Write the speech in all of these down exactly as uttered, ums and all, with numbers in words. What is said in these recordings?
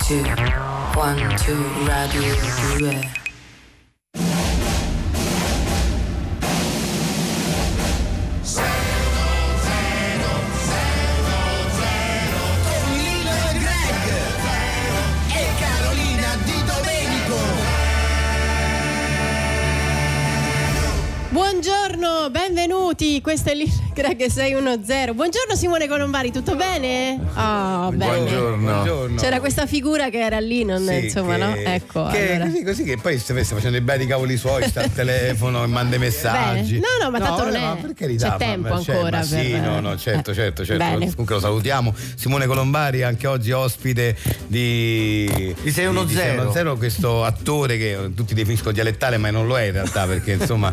two, one, two, Radio due. Buongiorno, benvenuti, questo è l'Il Greg sei uno zero. Buongiorno Simone Colombari, tutto bene? Oh, bene. Buongiorno. Buongiorno. C'era questa figura che era lì, non sì, insomma, che, no? Ecco. Che, allora. così, così che poi sta facendo i bei cavoli suoi, sta al telefono e manda i messaggi. Bene. No, no, ma no, tanto non ma è. per carità, C'è tempo ma, ancora. Ma sì, per... no, no, certo, certo, certo. Bene. Comunque lo salutiamo. Simone Colombari, anche oggi ospite di, di sei uno zero, questo attore che tutti definiscono dialettale, ma non lo è in realtà, perché insomma.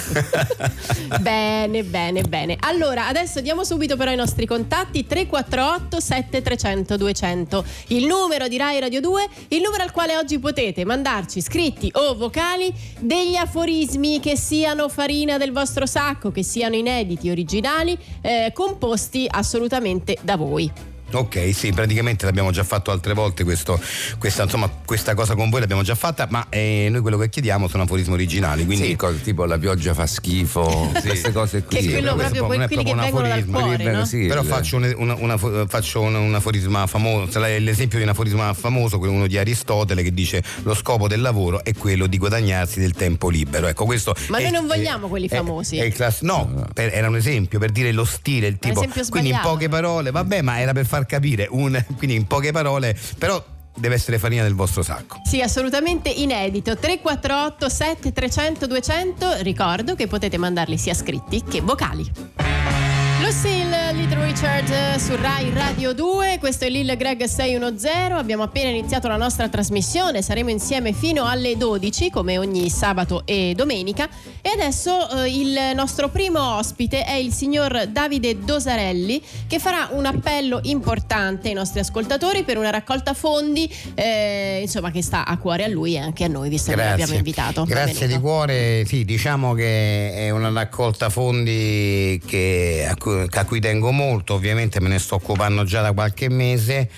Bene, bene, bene. Allora, adesso diamo subito però i nostri contatti: tre quattro otto sette tre zero zero due zero zero, il numero di Rai Radio due, il numero al quale oggi potete mandarci scritti o vocali degli aforismi che siano farina del vostro sacco, che siano inediti, originali, eh, composti assolutamente da voi. Ok, sì, praticamente l'abbiamo già fatto altre volte questo, questa, insomma, questa cosa con voi l'abbiamo già fatta, ma eh, noi quello che chiediamo sono aforismi originali, quindi sì, cose tipo la pioggia fa schifo, sì. Queste cose qui. Che è quello sì, proprio quelli, quelli che vengono dal cuore, no? Sì, però il... faccio, un, una, una, faccio un, un aforisma famoso, l'esempio di un aforisma famoso, quello uno di Aristotele, che dice: lo scopo del lavoro è quello di guadagnarsi del tempo libero. Ecco, questo ma è, noi non vogliamo è, quelli famosi. È, è il class- no, no. Per, era un esempio per dire lo stile, il tipo, quindi in poche parole, vabbè, ma era per far capire un quindi in poche parole, però deve essere farina del vostro sacco. Sì, assolutamente inedito. Tre quattro otto sette tre zero zero due zero zero. Ricordo che potete mandarli sia scritti che vocali. Lucille, Little Richard su Rai Radio due, questo è Lil Greg sei uno zero, abbiamo appena iniziato la nostra trasmissione, saremo insieme fino alle dodici come ogni sabato e domenica, e adesso eh, il nostro primo ospite è il signor Davide Dosarelli, che farà un appello importante ai nostri ascoltatori per una raccolta fondi, eh, insomma, che sta a cuore a lui e anche a noi, visto Grazie. che l'abbiamo invitato. Grazie Benvenuto. di cuore, sì, diciamo che è una raccolta fondi che a cui a cui tengo molto, ovviamente me ne sto occupando già da qualche mese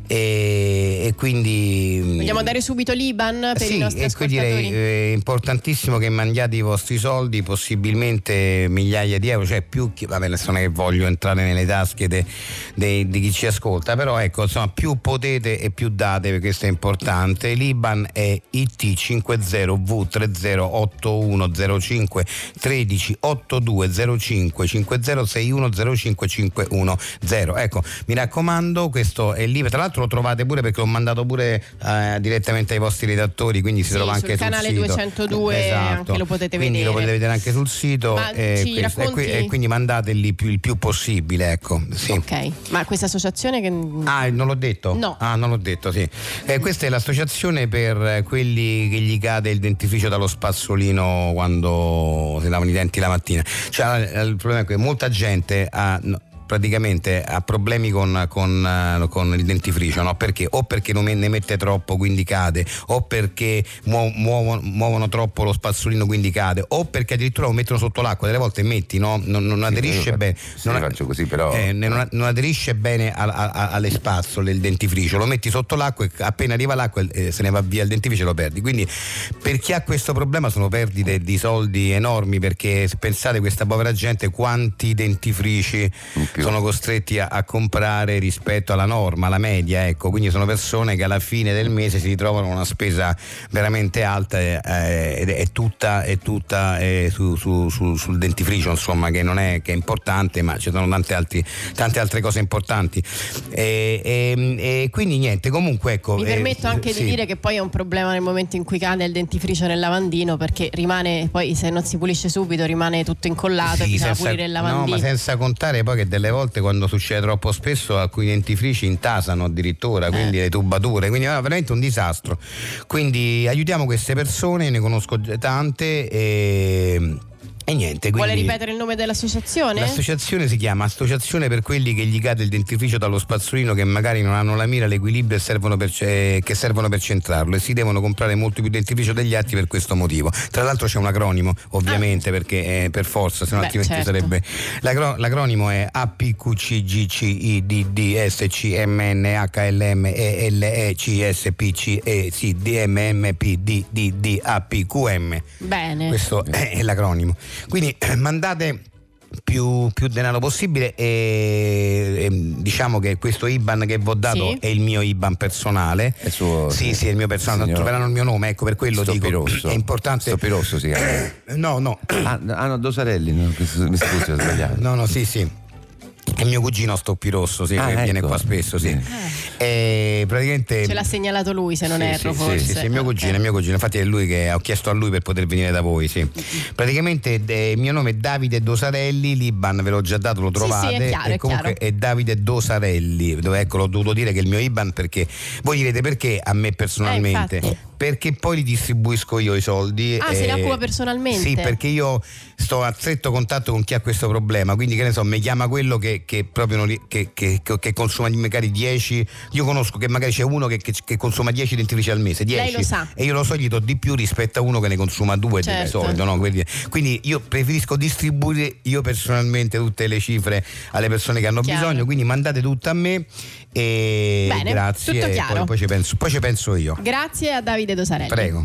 e, e quindi vogliamo dare subito l'I B A N per sì, i nostri e qui ascoltatori? direi è importantissimo che mandiate i vostri soldi, possibilmente migliaia di euro, cioè più che, vabbè, adesso non è che voglio entrare nelle tasche de, de, di chi ci ascolta, però ecco, insomma, più potete e più date, perché questo è importante. L'I B A N è I T cinquanta V trenta otto uno zero cinque tredici ottantadue zero cinque cinquanta sei uno zero cinque cinque uno zero. Ecco, mi raccomando, questo è lì. Tra l'altro lo trovate pure, perché l'ho mandato pure eh, direttamente ai vostri redattori, quindi si sì, trova anche sul sul canale sito. duecentodue, esatto. Anche lo potete quindi vedere. lo potete vedere anche sul sito. Ma eh, ci questo, racconti... e, e quindi mandateli più, il più possibile, ecco. Sì. Ok, ma questa associazione che... Ah, non l'ho detto? No. Ah, non l'ho detto, sì. Eh, questa è l'associazione per quelli che gli cade il dentifricio dallo spazzolino quando si lavano i denti la mattina. Cioè, il problema è che molta gente ha... No, praticamente ha problemi con, con, con il dentifricio, no? Perché? O perché non ne mette troppo, quindi cade, o perché muo, muovono, muovono troppo lo spazzolino, quindi cade, o perché addirittura lo mettono sotto l'acqua. Delle volte metti, no? Non, non aderisce sì, bene. Sì, non, faccio così, però eh, non, non aderisce bene a, a, alle spazzole il dentifricio. Lo metti sotto l'acqua e appena arriva l'acqua eh, se ne va via il dentifricio e lo perdi. Quindi per chi ha questo problema sono perdite di soldi enormi, perché pensate, questa povera gente quanti dentifrici sono costretti a, a comprare rispetto alla norma, alla media, ecco. Quindi sono persone che alla fine del mese si ritrovano una spesa veramente alta eh, ed è tutta, è tutta eh, su, su, su, sul dentifricio, insomma, che non è, che è importante, ma ci sono tante, altri, tante altre cose importanti e, e, e quindi niente, comunque ecco. Mi permetto eh, anche sì. di dire che poi è un problema nel momento in cui cade il dentifricio nel lavandino, perché rimane, poi se non si pulisce subito rimane tutto incollato, sì, e bisogna senza, pulire il lavandino. No, ma senza contare poi che delle volte, quando succede troppo spesso, alcuni dentifrici intasano addirittura, quindi eh. le tubature, quindi è veramente un disastro. Quindi aiutiamo queste persone, ne conosco tante e E niente, Vuole quindi ripetere il nome dell'associazione? l'associazione si chiama Associazione per quelli che gli cade il dentifricio dallo spazzolino, che magari non hanno la mira, l'equilibrio e servono per ce- che servono per centrarlo, e si devono comprare molto più dentifricio degli altri per questo motivo. Tra l'altro c'è un acronimo, ovviamente, ah. perché è per forza, se no altrimenti certo. sarebbe L'acro- l'acronimo è A P Q C G C I D D S C M N H L M E L E C S P C E C D M M P D D D A P Q M. Bene. Questo è l'acronimo. Quindi mandate più, più denaro possibile, e, e diciamo che questo I B A N che vi ho dato sì. è il mio I B A N personale. È suo, sì, sì, è il mio personale. Signor... Troveranno il mio nome, ecco, per quello Stoppirosso. dico. È importante. Stoppirosso si chiama. No, no. Ah, ah no, Dosarelli, no, mi scusi, ho sbagliato. No, no, sì, sì. È mio cugino Stoppirosso, sì, ah, che ecco. viene qua spesso, sì. Eh. E praticamente ce l'ha segnalato lui, se non sì, erro, sì, forse. Sì, sì, sì, è mio cugino, è mio cugino. Infatti è lui che ho chiesto a lui per poter venire da voi, sì. Praticamente eh, il mio nome è Davide Dosarelli, l'I B A N ve l'ho già dato, lo trovate. Sì, sì, è chiaro, e comunque è, chiaro. è Davide Dosarelli, dove ecco l'ho dovuto dire che è il mio I B A N, perché voi direte perché a me personalmente. Eh, perché poi li distribuisco io i soldi. Ah, e... se ne occupa personalmente? Sì, perché io sto a stretto contatto con chi ha questo problema, quindi che ne so, mi chiama quello che, che proprio non li, che, che, che consuma magari dieci. Io conosco che magari c'è uno che, che, che consuma dieci dentifrici al mese, dieci. Lei lo sa. E io lo so, gli do di più rispetto a uno che ne consuma due certo. di solito, no? Quindi, quindi io preferisco distribuire io personalmente tutte le cifre alle persone che hanno chiaro. bisogno, quindi mandate tutto a me. E bene, grazie, tutto e chiaro. Poi, poi, ci penso, poi ci penso io. Grazie a Davide Dosarelli. Prego.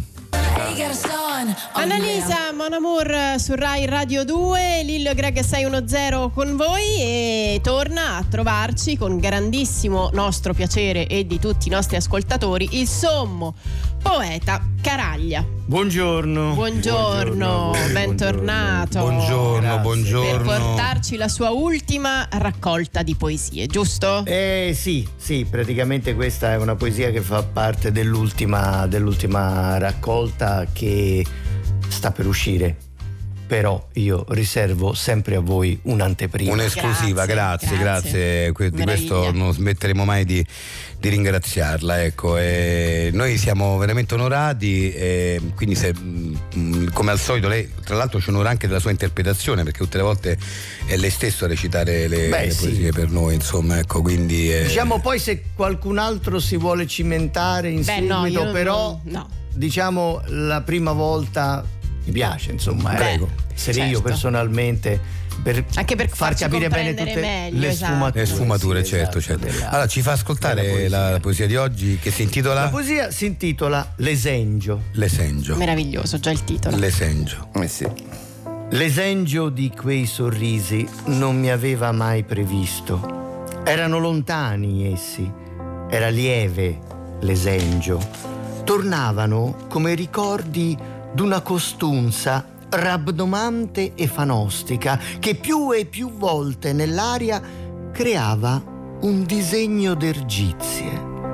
Annalisa Mon Amour su Rai Radio due, Lillo Greg sei uno zero con voi, e torna a trovarci con grandissimo nostro piacere e di tutti i nostri ascoltatori il sommo poeta Caraglia. Buongiorno. Buongiorno, buongiorno bentornato. Buongiorno, buongiorno. Per portarci la sua ultima raccolta di poesie, giusto? Eh sì, sì, praticamente questa è una poesia che fa parte dell'ultima, dell'ultima raccolta che sta per uscire. Però io riservo sempre a voi un'anteprima. Un'esclusiva, grazie, grazie, grazie. Di questo non smetteremo mai di, di ringraziarla, ecco. E noi siamo veramente onorati, e quindi se, come al solito lei tra l'altro ci onora anche della sua interpretazione, perché tutte le volte è lei stesso a recitare le, Beh, le poesie sì. per noi, insomma, ecco, quindi è... diciamo poi se qualcun altro si vuole cimentare in Beh, seguito, no, però no. diciamo la prima volta mi piace, insomma, prego. Eh. Se certo. io personalmente per anche per far capire bene tutte meglio, le esatto. sfumature, le sfumature sì, certo, esatto, certo. della, allora ci fa ascoltare poesia. La poesia di oggi, che si intitola la poesia si intitola L'esengio. L'esengio. Meraviglioso, già il titolo. L'esengio. Eh sì. L'esengio di quei sorrisi non mi aveva mai previsto. Erano lontani essi, era lieve l'esengio. Tornavano come ricordi d'una costunza rabdomante e fanostica che più e più volte nell'aria creava un disegno d'ergizie.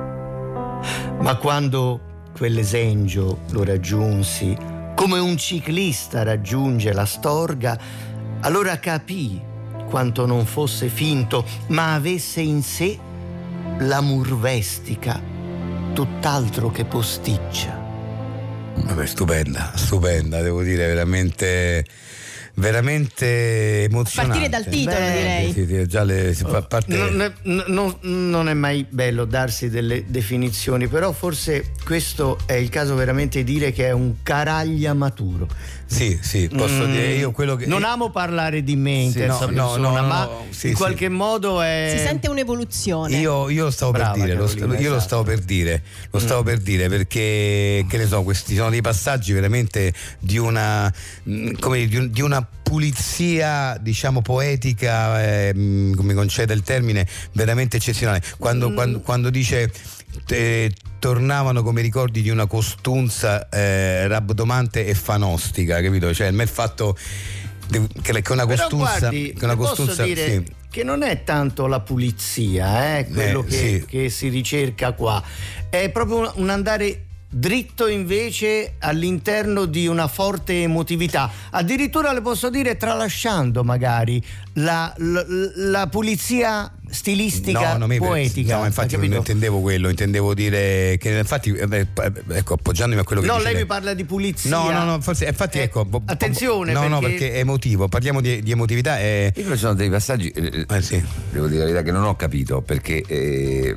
Ma quando quell'esengio lo raggiunsi, come un ciclista raggiunge la storga, allora capii quanto non fosse finto, ma avesse in sé la murvestica, tutt'altro che posticcia. Vabbè, stupenda, stupenda, devo dire, veramente veramente emozionante. A partire dal titolo, Beh, direi. Sì, sì, già le, si fa parte... non, è, non, non è mai bello darsi delle definizioni, però forse questo è il caso veramente di dire che è un Caraglia maturo. Sì, sì, posso mm, dire io quello che... Non amo parlare di me in sì, terza no, persona, no, no, ma no, sì, in sì. qualche modo è... Si sente un'evoluzione. Io, io lo stavo Brava, per dire, Carolina, lo, io esatto. lo stavo per dire, lo stavo mm. per dire perché, che ne so, questi sono dei passaggi veramente di una, come di, un, di una pulizia, diciamo, poetica, eh, come concede il termine, veramente eccezionale. Quando, mm. quando, quando dice eh, tornavano come ricordi di una costunza eh, rabdomante e fanostica, capito? Cioè, a me il fatto che, che una costunza, Però guardi, che una costunza, posso dire sì. che non è tanto la pulizia, eh, quello eh, che, sì. che si ricerca qua, è proprio un andare dritto invece all'interno di una forte emotività, addirittura le posso dire tralasciando magari la, la, la pulizia stilistica, no, no, poetica. No, infatti non intendevo quello, intendevo dire che infatti eh, ecco, appoggiandomi a quello che no, dice lei lei mi parla di pulizia. No, no, no, forse infatti eh, ecco, attenzione, no, perché... no, perché è emotivo, parliamo di, di emotività e... Io però ci sono dei passaggi eh, eh, sì. devo dire la verità che non ho capito perché eh,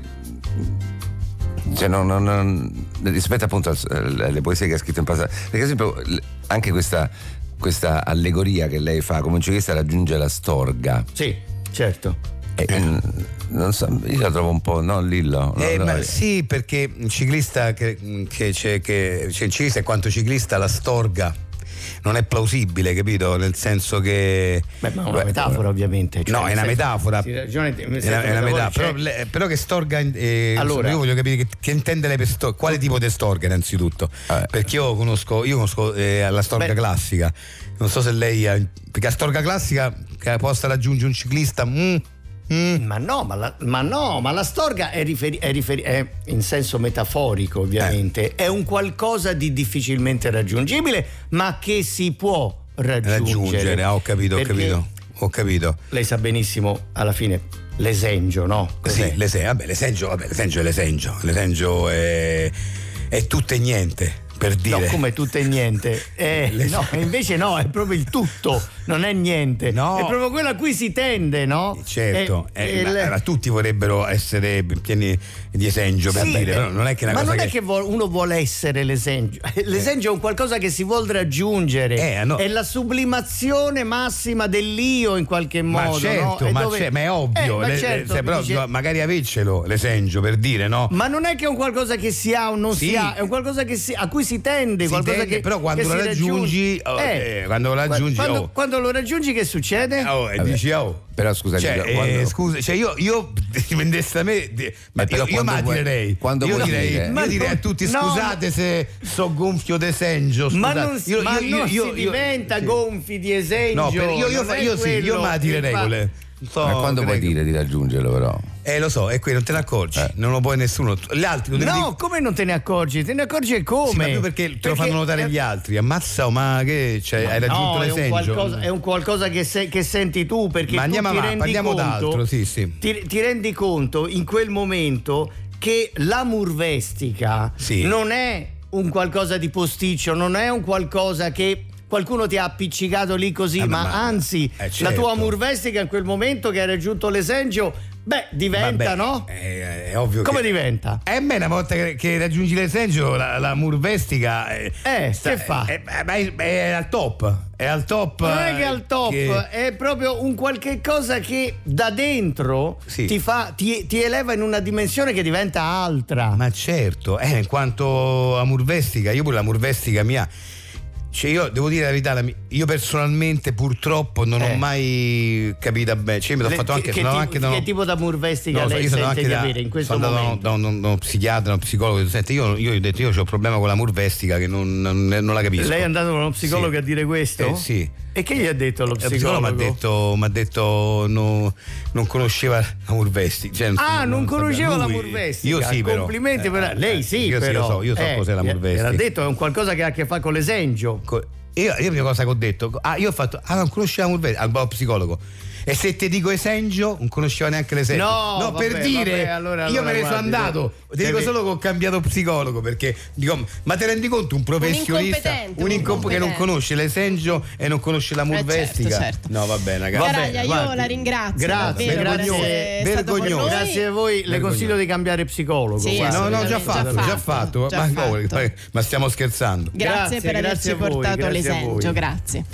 cioè non, non, non, rispetto appunto alle poesie che ha scritto in passato, perché ad esempio anche questa, questa allegoria che lei fa come un ciclista raggiunge la Storga, sì, certo, eh, eh. non so, io la trovo un po' no Lillo no, eh, no, ma eh. sì, perché un ciclista che, che c'è che c'è il ciclista in quanto ciclista la Storga non è plausibile, capito? Nel senso che beh, ma è una metafora ovviamente, cioè, no, è una metafora, sì, ragione, è una, è una metafora, cioè... però, però che Storga eh, allora, io voglio capire che, che intende lei per Storga, quale tipo di Storga innanzitutto, eh. perché io conosco io conosco eh, la Storga beh. classica, non so se lei ha, perché la Storga classica che possa raggiungere un ciclista mm, Mm. Ma no, ma la, ma no, ma la Storga è, riferi, è, riferi, è in senso metaforico ovviamente, eh. è un qualcosa di difficilmente raggiungibile, ma che si può raggiungere. Raggiungere, ah, ho capito, ho capito, ho capito. Lei sa benissimo, alla fine, l'esengio, no? Cos'è? Sì, l'esengio, vabbè, l'esengio, vabbè, l'esengio è l'esengio, l'esengio è, è tutto e niente. Per dire. No, come tutto e niente. Eh, no, invece no, è proprio il tutto, non è niente. No. È proprio quello a cui si tende, no? Certo, è, eh, è ma, il... ma tutti vorrebbero essere pieni di esengio, per sì, dire, però non è che una ma cosa non che... è che uno vuole essere l'esengio. L'esengio eh. è un qualcosa che si vuol raggiungere. Eh, no. È la sublimazione massima dell'io in qualche modo. Ma certo, no? ma, dove... ma è ovvio. Eh, ma le, certo, se, però dice... magari avercelo l'esengio, per dire, no? Ma non è che è un qualcosa che si ha o non sì. si ha, è un qualcosa che si, a cui si tende, si qualcosa tende, che però quando che lo raggiungi, oh, eh, eh, quando lo raggiungi, quando, oh. quando lo raggiungi che succede? Oh, e dici oh. Però scusa, cioè, dico, eh, quando... scusa, cioè io, io dipendesse da me, di, ma io, io ma vuoi, direi, quando io vuoi direi, dire? io Ma direi non, a tutti no, scusate se so gonfio d'esengio, ma scusate. non, io, ma io, non io, si io, diventa sì. gonfi di esengio. No, per, io, io, non io, è sì, io ma di regole. So, ma quando puoi dire di raggiungerlo però? Eh lo so, è qui, non te ne accorgi, eh. non lo puoi nessuno. Gli altri non No, devi... come non te ne accorgi? Te ne accorgi e come? Sì, ma più perché te lo fanno notare gli altri. Ammazza, ma che cioè, ma hai raggiunto no, l'esengio? è un qualcosa, è un qualcosa che, se, che senti tu, perché ma andiamo tu ti avanti, rendi parliamo conto, d'altro, sì, sì. Ti, ti rendi conto in quel momento che la murvestica sì. non è un qualcosa di posticcio, non è un qualcosa che qualcuno ti ha appiccicato lì così, eh, ma, ma anzi eh, certo. la tua murvestica in quel momento che hai raggiunto l'esengio, beh, diventa, Vabbè, no? È, è ovvio Come che... diventa? E a me una volta che, che raggiungi l'esengio la, la murvestica è, Eh, sta, che fa? È, è, è, è al top, è al top. Non è che è al top, che... è proprio un qualche cosa che da dentro sì. ti fa, ti, ti eleva in una dimensione che diventa altra. Ma certo, eh, in quanto a murvestica, io pure la murvestica mia. Cioè io devo dire la verità, la mia, io personalmente purtroppo non eh. ho mai capito bene. Cioè, mi sono fatto anche, che, sono tipo, anche da uno, che tipo da murvestica no, lei io sono sente anche di da, avere in questo sono momento? Da uno, da uno psichiatra, uno psicologo. Senti, io, io ho detto io ho un problema con la murvestica che non, non, non la capisco. Lei è andato con uno psicologo sì. a dire questo? Eh, sì. E che gli ha detto lo Lo psicologo? mi ha detto, m'ha detto no, non conosceva la murvestica. Cioè, ah, non, non conosceva la lui, murvestica. Io sì, però. Complimenti, Eh, per lei sì, io però. Sì, lo so, io so eh, cos'è la murvestica. l'ha detto, è un qualcosa che ha a che fare con l'esengio. Co- Io, io prima cosa che ho detto, ah, io ho fatto, ah, non conoscevo la murvestica, al psicologo. E se ti dico esengio, non conoscevo neanche l'esengio. No, no vabbè, per dire, vabbè, allora, io allora, me ne sono guardi, andato. se- Ti dico se- solo che ho cambiato psicologo perché dico, ma ti rendi conto un professionista, incompetente, un un incomp- che non incompetente. conosce l'esengio e non conosce la Eh, murvestica? certo, certo. No, va bene, ragazzi. Vabbè, Caraglia, io guardi, la ringrazio grazie, davvero per vergognoso, essere stato con vergognoso. noi. Grazie a voi, le Vergognoso. consiglio di cambiare psicologo. Sì, guarda. No, no, già assolutamente, fatto, già già fatto. già ma, fatto. no, ma stiamo scherzando. Grazie, Grazie, per grazie averci a voi, portato grazie a l'esengio, voi. grazie.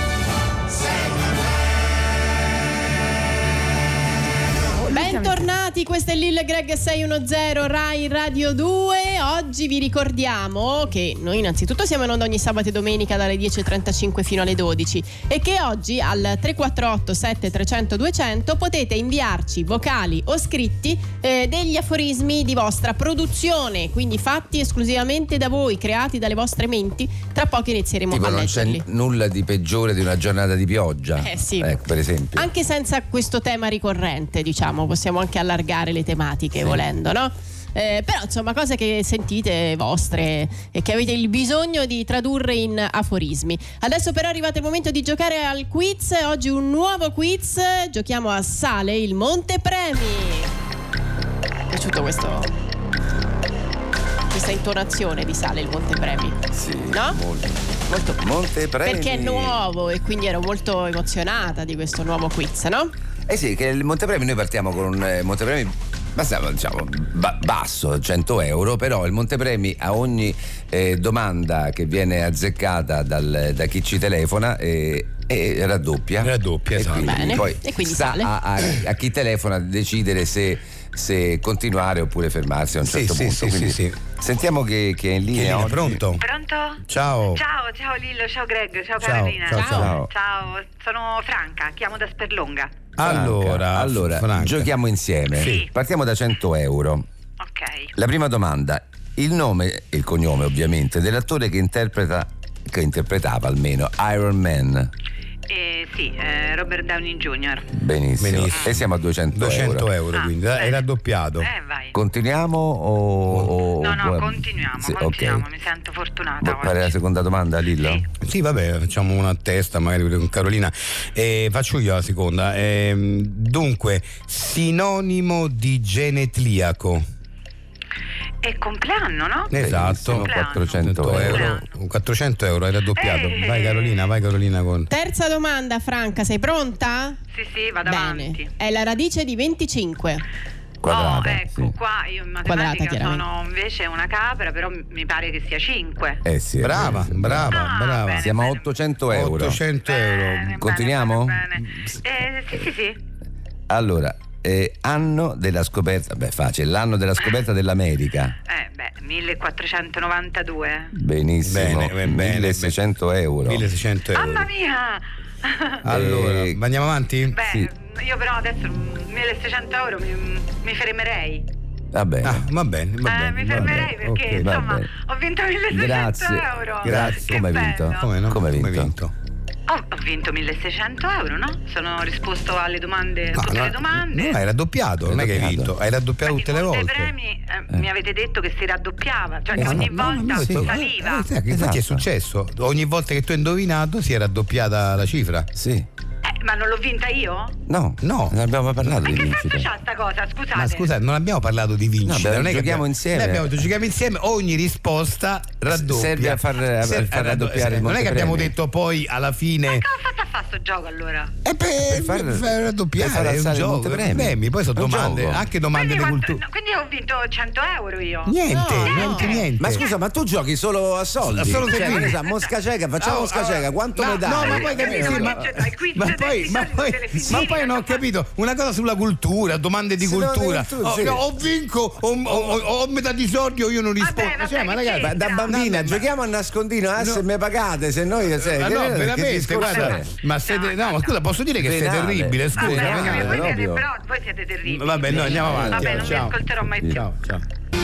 Bentornati Bentornati, questo è Lil Greg sei uno zero Rai Radio due. Oggi vi ricordiamo che noi innanzitutto siamo in onda ogni sabato e domenica dalle dieci e trentacinque fino alle dodici e che oggi al tre quattro otto sette tre zero zero due zero zero potete inviarci vocali o scritti eh, degli aforismi di vostra produzione, quindi fatti esclusivamente da voi, creati dalle vostre menti. Tra poco inizieremo tipo a non leggerli. c'è nulla di peggiore di una giornata di pioggia, Eh sì. ecco, per esempio. Anche senza questo tema ricorrente, diciamo, possiamo anche allargare le tematiche, sì, volendo, no? Eh, però insomma cose che sentite vostre e che avete il bisogno di tradurre in aforismi. Adesso però è arrivato il momento di giocare al quiz. Oggi un nuovo quiz, giochiamo a Sale il Montepremi. Mi è piaciuto questo, questa intonazione di Sale il Montepremi? Sì, no? molto, molto Montepremi. Perché è nuovo e quindi ero molto emozionata di questo nuovo quiz, no? Eh sì, che il Montepremi, noi partiamo con un eh, Montepremi basta, diciamo, ba- basso, cento euro, però il Montepremi a ogni eh, domanda che viene azzeccata dal, da chi ci telefona eh, e raddoppia. Raddoppia, e esatto. quindi Bene. poi E quindi sta sale. a, a, a chi telefona decidere se, se continuare oppure fermarsi a un Sì, certo sì, punto. sì, Quindi sì, sì. Sentiamo che, che è in linea. Chiedina, oggi. pronto? Pronto? Ciao. Ciao, ciao Lillo, ciao Greg, ciao, Ciao, Carolina. ciao, ciao. Ciao, sono Franca, chiamo da Sperlonga. Franca, Allora, allora Franca. giochiamo insieme. Sì. Partiamo da cento euro. Ok. La prima domanda: il nome e il cognome ovviamente dell'attore che interpreta che interpretava almeno Iron Man. Eh, sì, eh, Robert Downey junior Benissimo. Benissimo. E siamo a duecento, duecento euro. euro, Ah, quindi bene. è raddoppiato. Eh, vai. Continuiamo o, o- No, no, o- continuiamo, Sì, continuiamo, ok. mi sento fortunata Vuoi oggi. fare la seconda domanda, Lillo? Sì. Sì, vabbè, facciamo una a testa magari con Carolina. Eh, faccio io la seconda. Ehm, dunque, sinonimo di genetliaco. È compleanno, no? Esatto. Compleanno. quattrocento cento euro. euro. quattrocento euro, hai raddoppiato. Eh. Vai Carolina, vai Carolina con... Terza domanda, Franca, sei pronta? Sì, sì, vado Bene. avanti. È la radice di venticinque. Quadrata. Oh, ecco, sì. qua io in Quadrata, matematica chiaramente. sono invece una capra, però mi pare che sia cinque. Eh sì. è Brava, vero. brava, Ah, brava. bene. Siamo a ottocento euro. ottocento Bene, euro. bene, Continuiamo? bene, bene. Eh, sì, sì, sì. Allora, eh, anno della scoperta, beh facile, l'anno della scoperta dell'America. Eh, beh, millequattrocentonovantadue. Benissimo. Bene, bene, bene. milleseicento euro. milleseicento euro. Mamma mia! Allora, Eh, andiamo avanti? Beh, Sì. io però adesso milleseicento euro mi, mi fermerei. Va bene. Ah, va bene, va eh, bene. mi va fermerei bene. perché Ok. va insomma bene. ho vinto milleseicento Grazie. euro. Grazie. Che Come hai vinto? bello. Come no? Come hai Come hai vinto? vinto? Oh, ho vinto milleseicento euro, no? Sono risposto alle domande, No, tutte no, le domande. no, hai raddoppiato, non è che hai Raddoppiato. vinto, hai raddoppiato Infatti, tutte le molti volte. premi eh, mi avete detto che si raddoppiava, cioè Eh, che no, ogni no, no, volta no, sì. saliva. Eh, sì, infatti Esatto. è successo. Ogni volta che tu hai indovinato si è raddoppiata la cifra. Sì. Eh, ma non l'ho vinta io? No, No. non abbiamo parlato Ma di che senso vincita. c'ha sta cosa? Scusate. Ma scusate, non abbiamo parlato di vincita. No, beh, non è che giochiamo abbiamo- insieme. Noi abbiamo detto giochiamo insieme, ogni risposta raddoppia. Serve a far- a Serve far a raddoppiare il Non è che abbiamo montepremi. detto poi alla fine. Ma che ho fatto a fare sto gioco allora? E per, Per far- per far raddoppiare per far è un alzare il gioco. montepremi. Premi, poi sono È un domande, gioco. anche domande Quindi, di quanto- cultura. no, quindi ho vinto cento euro io. Niente, No, niente, no. niente. Ma scusa, ma tu giochi solo a soldi? Solo cioè, se- che ne sa, mosca cieca, facciamo Oh, mosca oh, cieca, quanto no, mi dai? No, ma poi Eh, capisci, capito, ma, che c'è dai quiz ma dei poi, ma soldi poi, delle ma figline, poi non ho ma fa- capito una cosa sulla cultura, domande di Sì, no, cultura. di cultura, Oh, sì. ho vinto, ho, ho- ho- ho metà di soldi o io non rispondo. Vabbè, vabbè, Cioè, ma che ragazzi, c'entra? Da bambina, No, no, giochiamo a nascondino, ah, No. se mi pagate, se noi se, ma che- no, che veramente, discorso guarda, è? ma siete, no, ma scusa, posso dire che sei Penale. terribile, scusa, Vabbè, Penale, vabbè, penale. voi siete, proprio. però voi siete terribili. Vabbè, noi andiamo avanti. Vabbè, non vi ciao. ascolterò mai più. Ciao, ciao.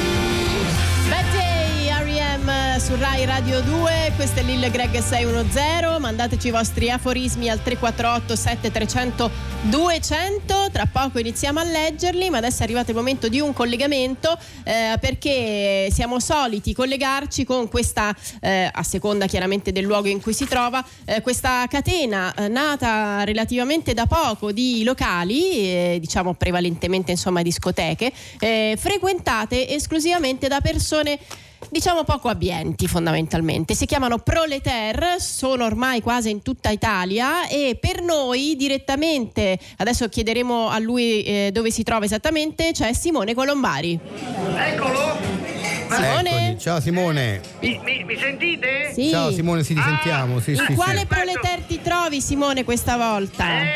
Bad Day, R E M su Rai Radio due, questo è Lil Greg sei uno zero, mandateci i vostri aforismi al tre quattro otto sette tre zero zero due zero zero, tra poco iniziamo a leggerli, ma adesso è arrivato il momento di un collegamento eh, perché siamo soliti collegarci con questa, eh, a seconda chiaramente del luogo in cui si trova, eh, questa catena eh, nata relativamente da poco di locali, eh, diciamo prevalentemente insomma discoteche, eh, frequentate esclusivamente da persone diciamo poco abbienti fondamentalmente. Si chiamano Prolétaires, sono ormai quasi in tutta Italia e per noi direttamente, adesso chiederemo a lui eh, dove si trova esattamente, c'è Simone Colombari. Eccolo! Simone? Eccoci. Ciao Simone. Mi, mi, mi sentite? Sì. Ciao Simone, sì, ti sentiamo. Sì, In sì, quale sì. Prolétaire ti trovi Simone questa volta? Eh, io mi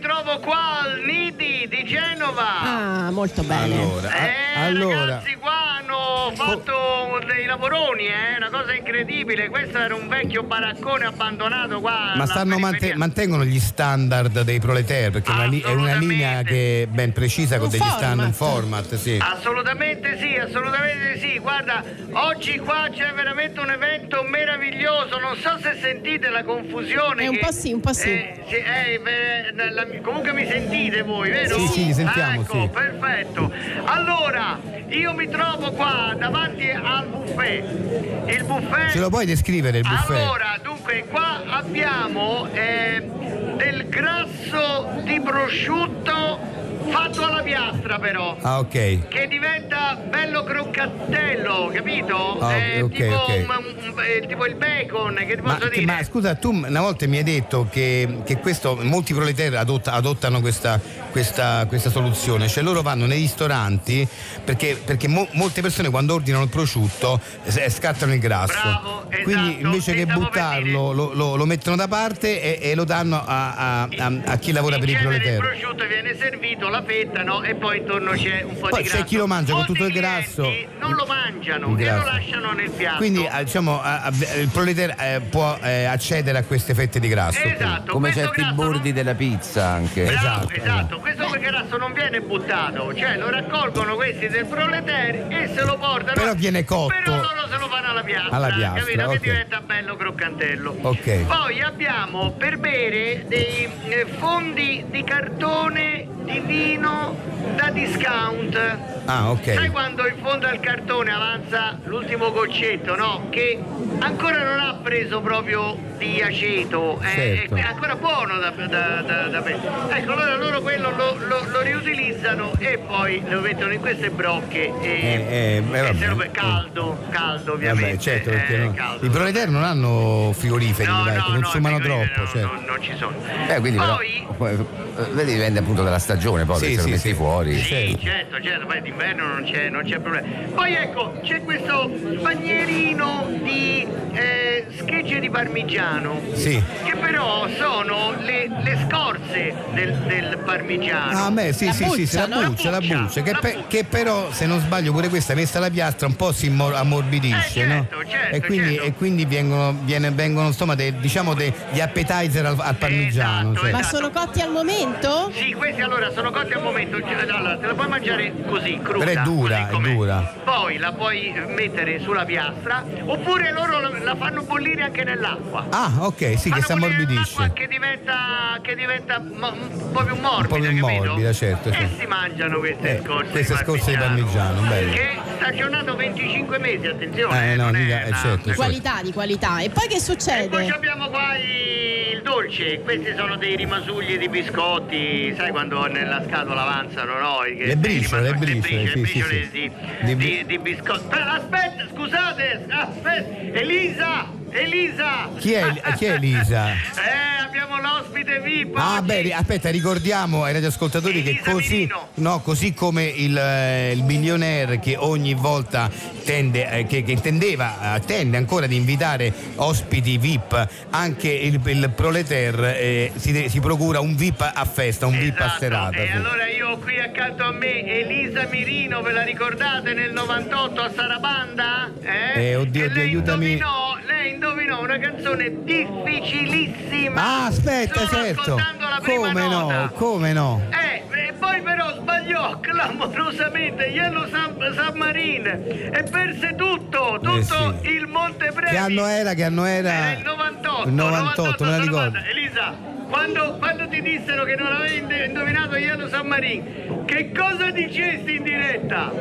trovo qua al Nidi di Genova. Ah, molto bene. Allora, a- Eh, allora ragazzi, qua hanno fatto dei lavoroni, eh, una cosa incredibile. Questo era un vecchio baraccone abbandonato qua. ma alla stanno mante- periferia. mantengono gli standard dei proletari, perché è una, li- è una linea che è ben precisa con Un degli standard, un format. format, sì. Assolutamente sì, assolutamente sì. Guarda, oggi qua c'è veramente un evento meraviglioso. Non so se sentite la confusione. Eh, un che- po' sì, un po' sì. Eh, sì, eh, beh, la- la- comunque mi sentite voi, vero? Sì, sì, li sentiamo, Ecco, sì. perfetto. Allora, io mi trovo qua davanti al buffet. Il buffet. Ce lo puoi descrivere il buffet? Allora, dunque, qua abbiamo eh, del grasso di prosciutto fatto alla piastra, però. Ah, ok. Che diventa bello croccatello, capito? Ah, È ok, tipo, ok. un- un- è tipo il bacon, che ti Ma, posso che- dire? ma scusa, tu una volta mi hai detto che, che questo, molti proletari adotta- adottano questa, questa, questa soluzione, cioè loro vanno nei ristoranti perché, perché mo- molte persone quando ordinano il prosciutto eh, scattano il grasso. Bravo, esatto, quindi invece ti che stavo per buttarlo lo, lo- lo mettono da parte e, e lo danno a, a- a- a chi lavora per i In genere il proletari. prosciutto viene servito, la fetta, no? E poi intorno c'è un po' Poi di c'è grasso. chi lo mangia con Molti tutto il clienti grasso. non lo mangiano Il e grasso. lo lasciano nel piatto. Quindi eh, diciamo a- a- il proletare eh, può eh, accedere a queste fette di grasso. Esatto, Come questo certi grasso bordi non- della pizza anche. Bravo, Esatto. esatto, questo grasso non viene buttato, cioè lo raccolgono questi del proletari e se lo portano. Però viene cotto. Però loro se lo fanno alla piastra, Alla piastra, capito? ok. Che diventa bello croccantello. Ok. Poi abbiamo per bere dei eh, fondi di cartone di vino da discount. Ah, ok. Sai quando il fondo al cartone avanza l'ultimo goccetto, no? Che ancora non ha preso proprio di aceto, è, Certo. è ancora buono da, da, da, da prendere. Ecco, allora loro quello lo, lo, lo riutilizzano e poi lo mettono in queste brocche e, Eh, eh, e vabbè. se lo- caldo, caldo ovviamente. Vabbè, certo, perché eh, no- caldo. i proletari non hanno frigoriferi, No, dai, no, che no, consumano i frigoriferi troppo. no, certo. no, non ci sono. Eh, quindi Poi, però, eh, vedi, dipende appunto dalla stagione, poi Sì, se lo sì, metti sì. fuori. sì, certo. certo, certo, poi d'inverno non c'è, non c'è problema. Poi ecco, c'è questo panierino di eh, schegge di parmigiano. Sì. Che però sono le, le scorze del, del parmigiano. Ah, beh, sì, La sì, sì, sì, buccia, la no? buccia, la La buccia, buccia, che, la pe- buccia. che però, se non sbaglio, pure questa messa alla piastra un po' si immor- ammorbidisce, Eh, no? certo, certo, e quindi, certo. e quindi vengono, viene- vengono insomma, dei- diciamo degli appetizer al, al parmigiano. Esatto, cioè. Ma esatto. sono cotti al momento? Sì, questi allora sono cotti al momento, cioè, allora te la puoi mangiare così, cruda. Però è dura, così è com'è. dura. Poi la puoi mettere sulla piastra, oppure loro la, la fanno bollire anche nell'acqua. Ah, ok, sì, che si Fanno bollire ammorbidisce. nell'acqua che diventa, che diventa mo- un po' più morbida, Un po' più capito? morbida, certo, sì. E si mangiano queste Eh, scorze queste di scorze di parmigiano, bello. Che stagionato venticinque mesi, attenzione. Eh, no, non mica- è eh, una- certo, una- Qualità di qualità. E poi che E poi succede? abbiamo qua il dolce, questi sono dei rimasugli di biscotti, sai quando nella scatola avanzano, no? I- Le briciole, i le rimasugli- briciole, le sì, sì, briciole sì. di, Di- di- di biscotti. Però, aspetta, scusate, aspetta, Elisa, Elisa! Chi è, chi è Elisa? Eh, abbiamo l'ospite V I P Ah, oggi. beh, aspetta, ricordiamo ai radioascoltatori che Elisa così, Mirino. no, così come il, eh, il billionaire che ogni volta tende, eh, che, che intendeva, eh, tende ancora ad invitare ospiti V I P, anche il, il proletaire eh, si, si procura un V I P a festa, un V I P a Esatto, serata. e sì. allora io ho qui accanto a me Elisa Mirino, ve la ricordate nel novantotto a Sarabanda? Eh, Eh, oddio, che oddio, lei aiutami. indovinò, lei indovinò una canzone difficilissima. Ah, aspetta, solo certo. ascoltando la prima Come nota. no, come no? Eh, e poi però sbagliò clamorosamente Yellow Sub- Submarine e perse tutto, tutto Eh sì. il Montepremi. Che anno era? Che anno era? Era il novantotto. Il novantotto, me la ricordo. Sarabanda. Elisa, quando, quando ti dissero che non avevi ind- indovinato Yellow Submarine, che cosa dicesti in diretta?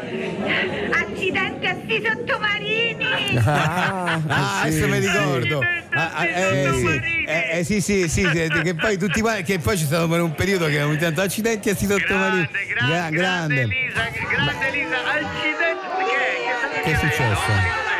Accidenti a sti sottomarini! Ah, Ah, adesso mi ricordo. Ah, ah, eh, sì. Eh, eh, sì, sì, sì, sì, che poi tutti quanti- che poi ci stato per un periodo che ogni tanto accidenti a sti sottomarini. Grande, grande, Gra- grande Elisa, grande Elisa, accidenti, che, Che è successo?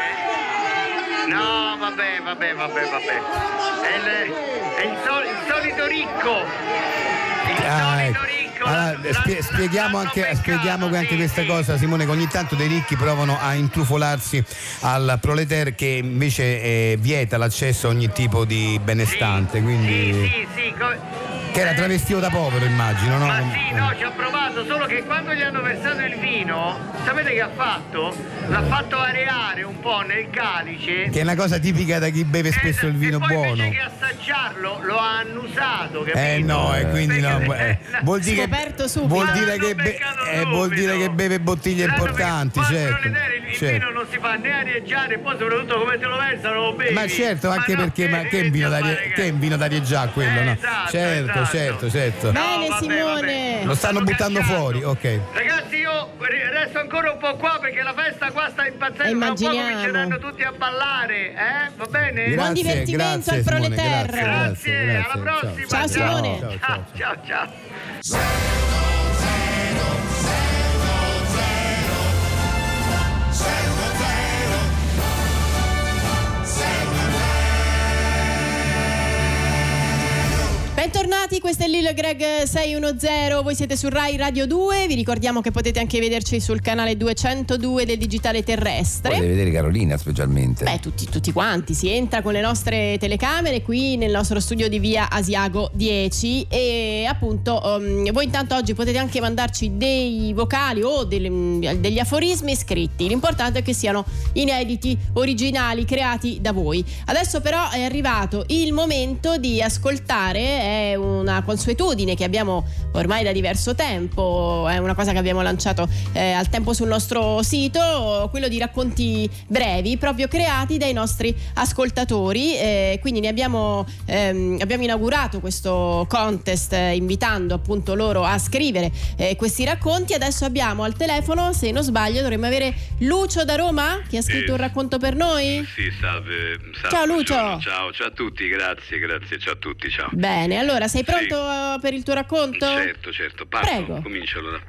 No, vabbè, vabbè, vabbè, vabbè. È il, è il, sol- il solito ricco. Il Ah, solito ecco. ricco. Allora, l'hanno- spie- spieghiamo l'hanno anche, beccato, spieghiamo anche sì, questa sì. cosa, Simone, che ogni tanto dei ricchi provano a intrufolarsi al proletaire che invece eh, vieta l'accesso a ogni tipo di benestante. Sì, Quindi sì, sì, sì, co- Che era travestito da povero, immagino, no? Ma sì, no, ci ha provato, solo che quando gli hanno versato il vino, sapete che ha fatto? L'ha fatto areare un po' nel calice. Che è una cosa tipica da chi beve spesso il vino e poi buono. invece che assaggiarlo lo ha annusato, capito? Eh no, e quindi no, eh, vuol dire Scoperto che subito. vuol dire che, be- eh, vuol dire che beve bottiglie L'hanno importanti, be- certo. Il, il certo. vino non si fa né arieggiare, e poi soprattutto come te lo versano lo bevi. Ma certo, anche ma perché no, ma che è un vino da che è un vino da arieggiare quello, Eh, no? esatto, certo, esatto. certo, certo. Bene, No, vabbè, Simone. vabbè. Lo stanno Stanno buttando cacciando. fuori, ok. Ragazzi, io resto ancora un po' qua perché la festa qua sta impazzendo. E Tra un po' immaginiamo. cominceranno tutti a ballare, eh? Va bene? Grazie, Buon divertimento grazie, al Simone, Proleterra. grazie, Grazie, grazie, alla grazie, prossima. Ciao, Simone. Ciao, ciao, ciao, ciao. ciao. ciao. Bentornati, questo è Lil Greg sei uno zero, voi siete su Rai Radio due, vi ricordiamo che potete anche vederci sul canale duecentodue del digitale terrestre. Potete vedere Carolina specialmente. Beh, tutti, tutti quanti, si entra con le nostre telecamere qui nel nostro studio di via Asiago dieci e appunto um, voi intanto oggi potete anche mandarci dei vocali o delle, degli aforismi scritti, l'importante è che siano inediti, originali, creati da voi. Adesso però è arrivato il momento di ascoltare, è una consuetudine che abbiamo ormai da diverso tempo, è una cosa che abbiamo lanciato eh, al tempo sul nostro sito, quello di racconti brevi proprio creati dai nostri ascoltatori, eh, quindi ne abbiamo, ehm, abbiamo inaugurato questo contest eh, invitando appunto loro a scrivere eh, questi racconti. Adesso abbiamo al telefono, se non sbaglio dovremmo avere Lucio da Roma che ha scritto Eh, un racconto per noi. Sì, salve, salve. Ciao, Lucio. Buongiorno, Ciao, ciao a tutti, grazie, grazie, ciao a tutti, ciao. Bene, allora sei pronto Sì. per il tuo racconto? Certo, certo, parto, Prego. comincio allora.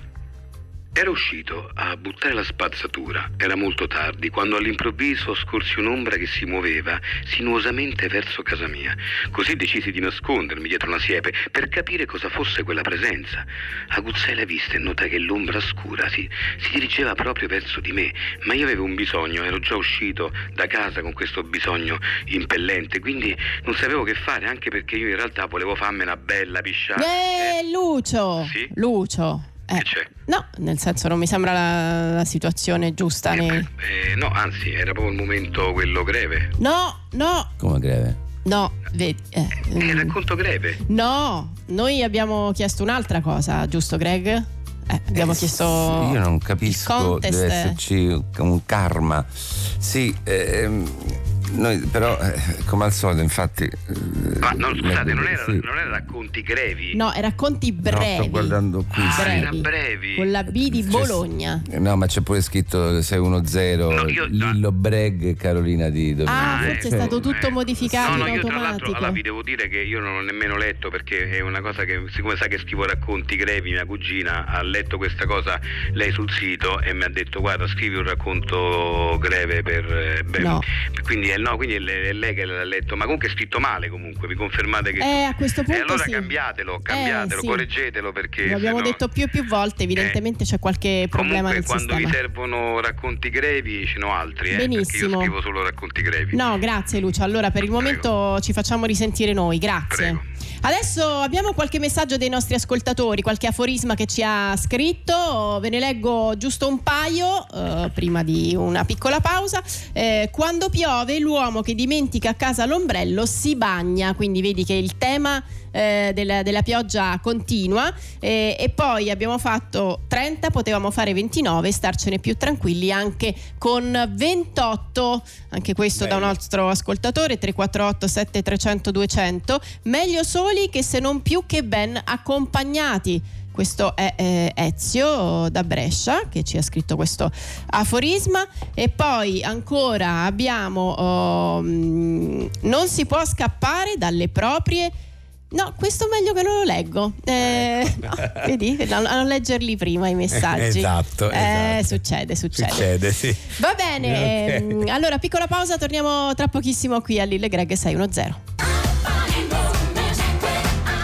Ero uscito a buttare la spazzatura, era molto tardi, quando all'improvviso scorsi un'ombra che si muoveva sinuosamente verso casa mia. Così decisi di nascondermi dietro una siepe per capire cosa fosse quella presenza. Aguzzai la vista e notai che l'ombra scura si, si dirigeva proprio verso di me, ma io avevo un bisogno, ero già uscito da casa con questo bisogno impellente, quindi non sapevo che fare, anche perché io in realtà volevo farmi una bella pisciata. Eh, Lucio! Sì? Lucio! Eh, Che c'è? no, nel senso non mi sembra la, la situazione giusta. Eh, nei- eh, no, anzi, era proprio il momento quello greve. No, no, Come greve? no, vedi. eh, Che mm, racconto greve. no, noi abbiamo chiesto un'altra cosa, giusto Greg? Eh, abbiamo Eh, chiesto. sì, io non il capisco, contest. deve esserci un karma. Sì, ehm, noi però eh, come al solito infatti eh, Ma no, scusate, non era, sì. non era racconti grevi. No, è racconti No, brevi. sto guardando qui. Ah, sì. era brevi. brevi. Con la B di C'è- Bologna. No, ma c'è pure scritto sei uno zero, No, io- Lillo Breg e Carolina di Domenico. Ah, forse è ecco, stato tutto eh. modificato No, no, in io tra l'altro automatico. allora, vi devo dire che io non ho nemmeno letto, perché è una cosa che, siccome sa che scrivo racconti grevi, mia cugina ha letto questa cosa lei sul sito e mi ha detto guarda, scrivi un racconto greve per eh, beh, No. quindi è, no, quindi è lei, è lei che l'ha letto, ma comunque è scritto male, comunque mi confermate che Eh, a questo punto e allora sì. cambiatelo, cambiatelo, Eh, sì. correggetelo, perché Lo abbiamo se no- detto più e più volte, evidentemente c'è qualche problema Comunque nel quando sistema. vi servono racconti grevi ce n'ho altri, eh, perché Benissimo. io scrivo solo racconti grevi. No, grazie Lucio. Allora per il momento ci facciamo risentire noi, grazie. Prego. Adesso abbiamo qualche messaggio dei nostri ascoltatori, qualche aforisma che ci ha scritto, ve ne leggo giusto un paio eh, prima di una piccola pausa. Eh, quando piove l'uomo che dimentica a casa l'ombrello si bagna, quindi vedi che il tema eh, della, della pioggia continua, eh, e poi abbiamo fatto trenta, potevamo fare ventinove e starcene più tranquilli anche con ventotto, anche questo Bello. da un nostro ascoltatore. Tre quattro otto sette tre zero zero due zero zero, meglio soli che se non più che ben accompagnati. Questo è eh, Ezio da Brescia che ci ha scritto questo aforisma. E poi ancora abbiamo oh, mh, non si può scappare dalle proprie. No, questo meglio che non lo leggo. Eh, no, vedi, a non leggerli prima i messaggi. Esatto, Eh, esatto. succede, succede. Succede, sì. Va bene, Ok. ehm, allora piccola pausa, torniamo tra pochissimo qui a Lille Greg sei uno zero. Earth,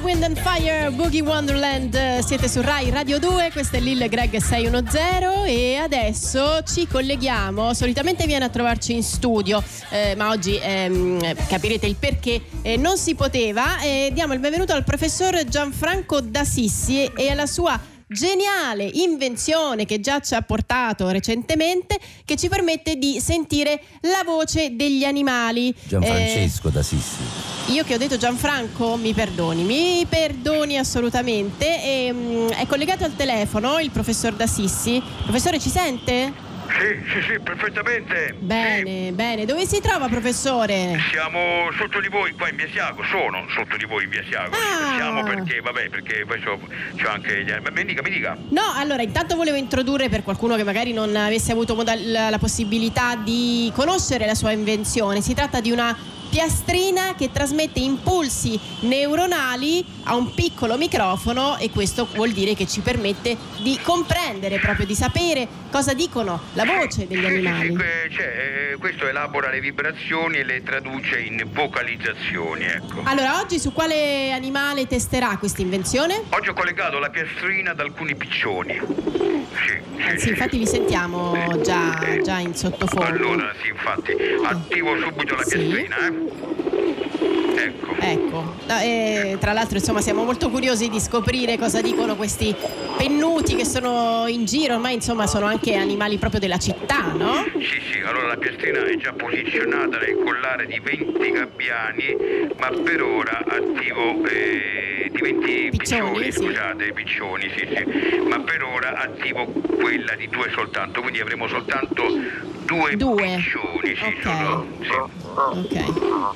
Wind and Fire, Boogie Wonderland, siete su Rai Radio due, questo è Lil Greg sei uno zero e adesso ci colleghiamo, solitamente viene a trovarci in studio, eh, ma oggi ehm, capirete il perché eh, non si poteva, e diamo il benvenuto al professor Gianfranco D'Assisi e alla sua geniale invenzione che già ci ha portato recentemente, che ci permette di sentire la voce degli animali. Gianfrancesco eh, D'Assisi. Io che ho detto Gianfranco, mi perdoni, mi perdoni assolutamente. E, um, è collegato al telefono il professor D'Assisi. Professore, ci sente? Sì, sì, sì, perfettamente. Bene, sì. bene. Dove si trova, professore? Siamo sotto di voi, qua in Via Siago. Sono sotto di voi in Via Siago. Ah. Siamo perché, vabbè, perché poi c'ho, c'ho anche gli... Ma mi dica, mi dica. No, allora, intanto volevo introdurre, per qualcuno che magari non avesse avuto modal- la possibilità di conoscere la sua invenzione. Si tratta di una piastrina che trasmette impulsi neuronali a un piccolo microfono, e questo vuol dire che ci permette di comprendere, proprio di sapere cosa dicono, la voce degli sì, animali. Sì, sì, cioè, eh, questo elabora le vibrazioni e le traduce in vocalizzazioni, ecco. Allora, oggi su quale animale testerà questa invenzione? Oggi ho collegato la piastrina ad alcuni piccioni. Sì, sì, eh, sì, infatti vi sentiamo già, eh, già in sottofondo. Allora, sì, infatti, attivo subito la sì. piastrina, eh. Ecco. Ecco. No, e, tra l'altro, insomma, siamo molto curiosi di scoprire cosa dicono questi pennuti che sono in giro, ormai insomma sono anche animali proprio della città, no? Sì, sì, allora la piastrina è già posizionata nel collare di venti gabbiani, ma per ora attivo eh, di venti piccioni, piccioni, sì. scusate, piccioni, sì, sì, ma per ora attivo quella di due soltanto, quindi avremo soltanto due, due. piccioni, sì, ok. sono, sì. Ok.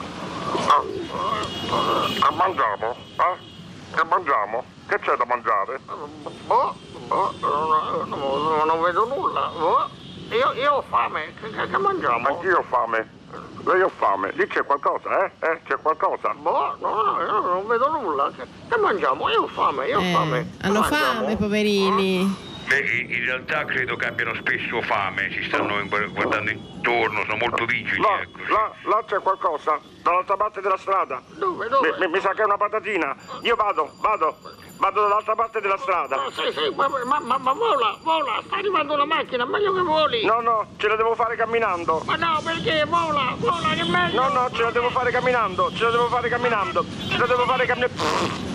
E mangiamo? Eh? Che mangiamo? Che c'è da mangiare? Boh, boh, non, non vedo nulla. Boh. Io, io ho fame, che, che mangiamo? Anch'io ho fame. Lei ho fame. Lì c'è qualcosa, eh? Eh? C'è qualcosa? Boh, no, no, io non vedo nulla. Che, che mangiamo? Io ho fame, io ho Eh, fame. Che hanno mangiamo? fame, poverini. Beh, in realtà credo che abbiano spesso fame, si stanno guardando intorno, sono molto vigili, Là, ecco. là, là c'è qualcosa. Dall'altra parte della strada. Dove, dove? Mi, mi, mi sa che è una patatina. Io vado, vado. Vado dall'altra parte della strada. No, sì, sì, ma, ma, ma, ma vola, vola, sta arrivando la macchina, meglio che voli. No, no, ce la devo fare camminando. Ma no, perché? Vola, vola, che meglio. No, no, ce la devo fare camminando. Ce la devo fare camminando. Ce la devo fare camminando.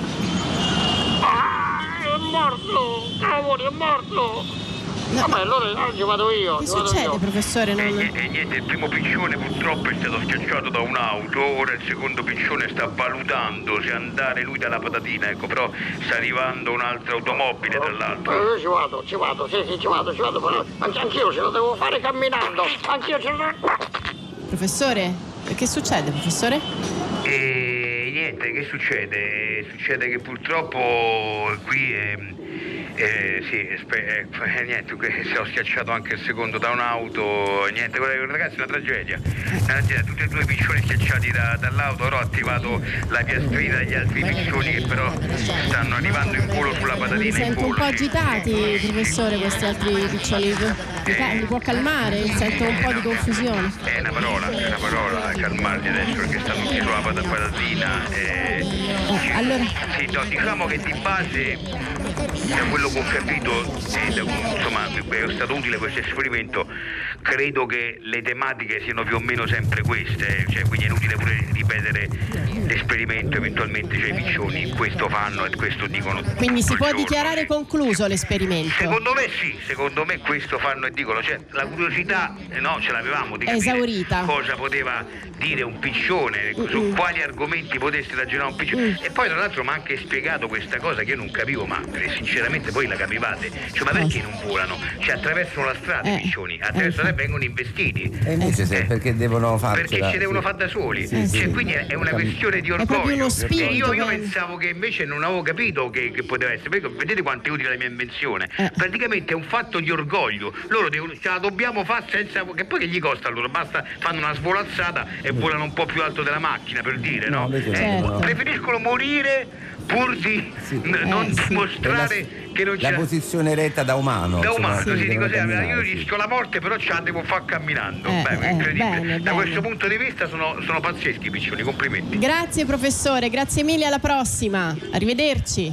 Ah, è morto, cavoli, è morto. No. Vabbè, allora oggi vado io. Che vado succede, io. professore? Non... E, e niente, il primo piccione purtroppo è stato schiacciato da un'auto, ora il secondo piccione sta valutando se andare lui dalla patatina, ecco, però sta arrivando un'altra automobile tra l'altro. Eh, io ci vado, ci vado, sì, sì, ci vado, ci vado, però anche, anch'io ce lo devo fare camminando, anch'io ce lo devo... Professore, che succede, professore? E niente, che succede? Succede che purtroppo qui è... Eh, sì, spe- eh, niente, si ho schiacciato anche il secondo da un'auto, niente, ragazzi, una tragedia, una tragedia, tutti e due i piccioni schiacciati da, dall'auto, ora ho attivato la piastrina degli altri piccioni che però stanno arrivando in volo sulla patatina. Mi sento un po' agitati, professore, questi altri piccioni, li, cal- li può calmare? Sento un po' di confusione. È una parola, è una parola, calmarli adesso perché stanno tutti sulla pat- patatina. Eh, eh, allora... Sì, no, diciamo che di base, da quello che ho capito, e da, insomma, è stato utile questo esperimento, credo che le tematiche siano più o meno sempre queste, cioè, quindi è inutile pure ripetere l'esperimento, eventualmente, cioè i piccioni questo fanno e questo dicono. Quindi si può giorno. dichiarare concluso l'esperimento? Secondo me sì, secondo me questo fanno e dicono, cioè la curiosità, no, ce l'avevamo di capire esaurita. Cosa poteva dire un piccione, Mm-mm. su quali argomenti potesse ragionare un piccione. Mm. E poi tra l'altro mi ha anche spiegato questa cosa che io non capivo, ma eh, sinceramente voi la capivate, cioè ma perché non volano? Cioè attraversano la strada Eh. i piccioni, attraverso la vengono investiti. E invece se, Eh. perché devono farcela? Perché ci devono sì. fare da soli, Sì, cioè, sì. quindi è una questione di È orgoglio. proprio uno spirito, E io, io che- pensavo che invece non avevo capito che, che poteva essere, perché vedete quanto è utile la mia invenzione. Eh. Praticamente è un fatto di orgoglio. Loro devono, ce la dobbiamo fare senza. Che poi che gli costa loro? Basta, fanno una svolazzata e volano un po' più alto della macchina, per dire, no? No, invece Eh, Certo. Preferiscono morire pur di Sì. n- Eh, non sì. dimostrare La- che non La c'è posizione retta da umano. da insomma, umano, quelli sì, che dico devono sempre, io camminare, sì. rischio la morte, però ce la devo fare camminando. Eh, Beh, eh, incredibile. bene, Da bene. questo punto di vista sono, sono pazzeschi i piccioni, complimenti. Grazie professore, grazie mille, alla prossima. Arrivederci.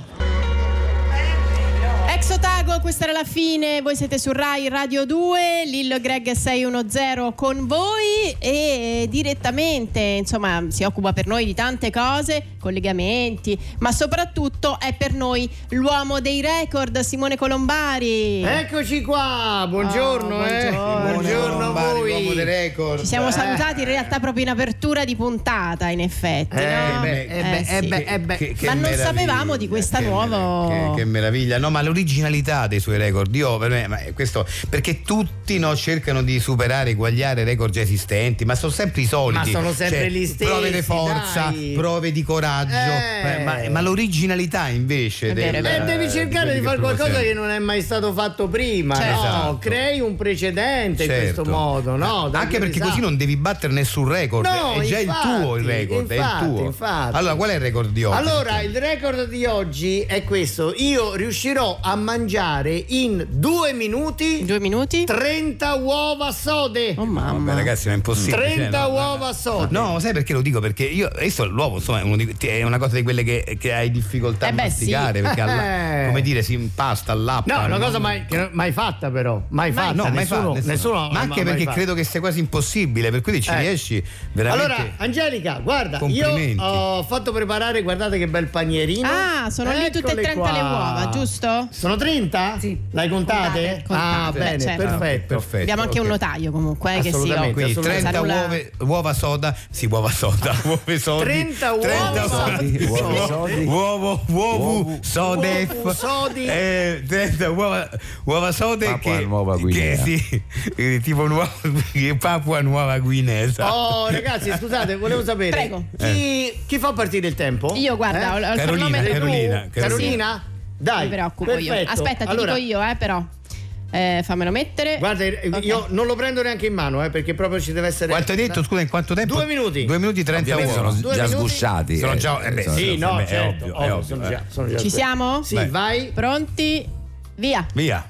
Ex Otago, questa era la fine, voi siete su Rai Radio due, Lillo e Greg sei uno zero con voi e direttamente, insomma, si occupa per noi di tante cose, collegamenti, ma soprattutto è per noi l'uomo dei record, Simone Colombari. Eccoci qua, buongiorno, Oh, eh. buongiorno. Buongiorno a Colombari, voi. l'uomo dei record. Ci siamo Eh. salutati in realtà proprio in apertura di puntata, in effetti, Eh, no? beh, eh, beh, sì. eh, beh, eh, beh. Che- che Ma non meraviglia, sapevamo di questa che nuova- meraviglia, Che, che meraviglia, no, ma l'originalità dei suoi record, io per me, ma è questo, perché tutti no, cercano di superare, eguagliare record già esistenti, ma sono sempre i soliti. Ma sono sempre Cioè, gli stessi, prove di forza, dai. prove di coraggio, Eh. ma, ma l'originalità invece È vero, del, è vero. Eh, devi cercare quelli di che fare qualcosa propongono. che non è mai stato fatto prima, Certo. no? Esatto. Crei un precedente in Certo. questo modo, no? Da Anche che perché ne così sa. non devi battere nessun record, No, è già infatti, il tuo il record, infatti, è il tuo. infatti. Allora, qual è il record di oggi? Allora, il record di oggi è questo. Io riuscirò a mangiare in due minuti Due minuti? trenta uova sode. Oh mamma. Vabbè, ragazzi, ma è impossibile. trenta cioè, no, uova sode. No, sai perché lo dico? Perché io adesso l'uovo insomma è, uno di- è una cosa di quelle che, che hai difficoltà Eh a beh, masticare sì. perché alla- Eh. come dire si impasta all'appa. No, è una no? cosa mai, che non- mai fatta però, mai fatta. No, mai nessuno, fa- nessuno. nessuno- ma anche mai perché fatta. credo che sia quasi impossibile, per cui ci Eh. riesci veramente. Allora, Angelica, guarda, io Complimenti. ho fatto preparare, guardate che bel panierino. Ah, sono lì tutte e Eccole trenta qua. le uova, giusto? Sono trenta? Sì. L'hai contate? Contate, Ah, contate. bene, Beh, certo. perfetto. Perfetto. Abbiamo anche un ok. notaio comunque eh, che si Assolutamente, occupa. Quindi assolutamente. trenta Sarà uove, uova soda, sì, uova soda, uove sodi. trenta uova sodi. Uova sodi. Uovo, uovo, Uovo. sodef. Uovo, sodi. Eh, trenta uova, uova sode Papua che, Nuova Guinea. che sì, eh, tipo nuova, Papua Nuova Guinea. esatto. Oh, ragazzi, scusate, volevo sapere. Prego. Chi, chi fa partire il tempo? Io, guarda, ho- ho il Carolina, cronometro. Carolina, Tu? Carolina. Carolina? Dai. Mi preoccupo io. perfetto. Aspetta, ti Allora, dico io, eh, però. Eh, fammelo mettere. Guarda, Ok. io non lo prendo neanche in mano, eh, perché proprio ci deve essere. Quanto hai detto? Scusa, in quanto tempo? Due minuti. Due minuti trenta Ovviamente uova. sono Due già minuti. sgusciati. Sono eh, già- eh beh, sono- Sì, no, Vabbè, è certo, ovvio, è ovvio, ovvio, sono eh. già, sono già Ci questo. siamo? Sì, Vai. vai. Pronti? Via. Via.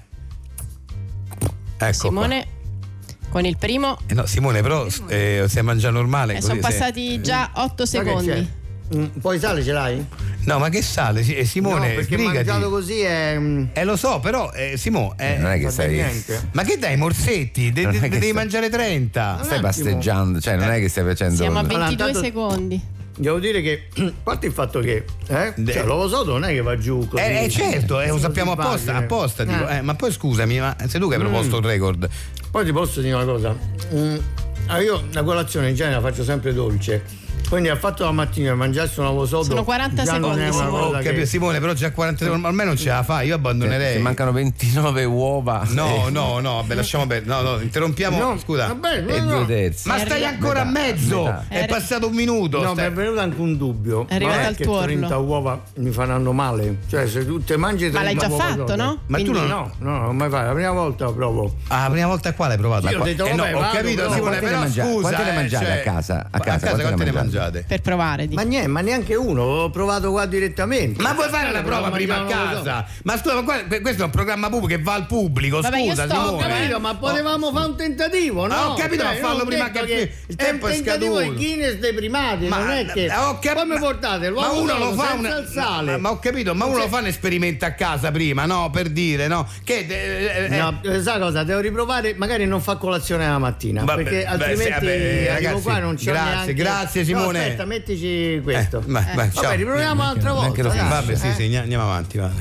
Ecco Simone con il primo. qua. Eh no, Simone, però eh, sei mangia normale. Eh, così sono sei- passati già otto Ma che secondi. c'è? Un po' di sale ce l'hai? No, ma che sale? Si- eh, Simone, no, perché sbrigati. mangiato così è. mm, Eh lo so, però eh, Simo, eh, Non è che non stai, niente. ma che dai morsetti? De- Non è de- che devi sta- mangiare trenta. stai attimo. basteggiando, cioè non è che stai facendo. Siamo a Allora, ventidue intanto- secondi. Devo dire che, a parte il fatto che eh, De- cioè, l'uovo sodo non è che va giù così. Eh, eh, certo, eh, lo così sappiamo apposta, facile. apposta dico. Eh. Eh, ma poi scusami, ma sei tu che hai proposto Mm. il record? Poi ti posso dire una cosa. Mm, ah, io la colazione in genere la faccio sempre dolce. Quindi ha fatto la mattina mangiarsi un uovo sodo. Sono quaranta già non è secondi, una Simone. cosa Ho capito, che- Simone, però già quaranta secondi, almeno non ce la fai, io abbandonerei. Se mancano ventinove uova. No, eh, no, no, vabbè, lasciamo perdere. No, no, interrompiamo. No, Scusa. vabbè, no, E no. due terzi. Ma stai ancora a Metà, mezzo! metà. È passato un minuto. No, mi stai- è venuto anche un dubbio. È arrivato Non al che tuo trenta orlo. uova mi faranno male. Cioè, se tu te mangi Ma l'hai trenta già uova fatto, sode. no? Ma tu Quindi non- no, no, non mai fatto. La prima volta provo. Ah, la prima volta qua l'hai provato? Io ho detto, Eh, no, vabbè, ho vado, capito, però Simone, quante ne però mangiate? scusa. Quante ne eh, mangiate cioè- a casa? A A casa, casa quante quante ne ne mangiate? Per provare. Di. Ma niente, ma neanche uno, ho provato qua direttamente. Ma vuoi fare la prova prima a casa? Ma scusa, ma qua- questo è un programma pubblico che va al pubblico, Vabbè, io scusa sto- Ho Simone. capito, ma potevamo fare un tentativo, no? Ah, ho capito, Cioè, ma io fallo ho prima detto che il tempo è è un tentativo scaduto. ai Guinness dei primati, Ma- non è che ho cap- come portate l'uovo ma uno sodo lo fa senza una- il sale. Ma, ma ho capito, ma uno lo fa un esperimento a casa prima, no? Per dire, no? Che eh, eh, No, eh, sai cosa? Devo riprovare, magari non fa colazione la mattina, Vabbè, perché beh, altrimenti sì, vabbè, arrivo ragazzi, qua e non c'ho grazie, neanche. grazie, No, Simone. aspetta, mettici questo. Eh, vai, vai, ciao. Vabbè, riproviamo un'altra neanche volta. lo dai. Vabbè, sì, Eh. sì, andiamo avanti, va.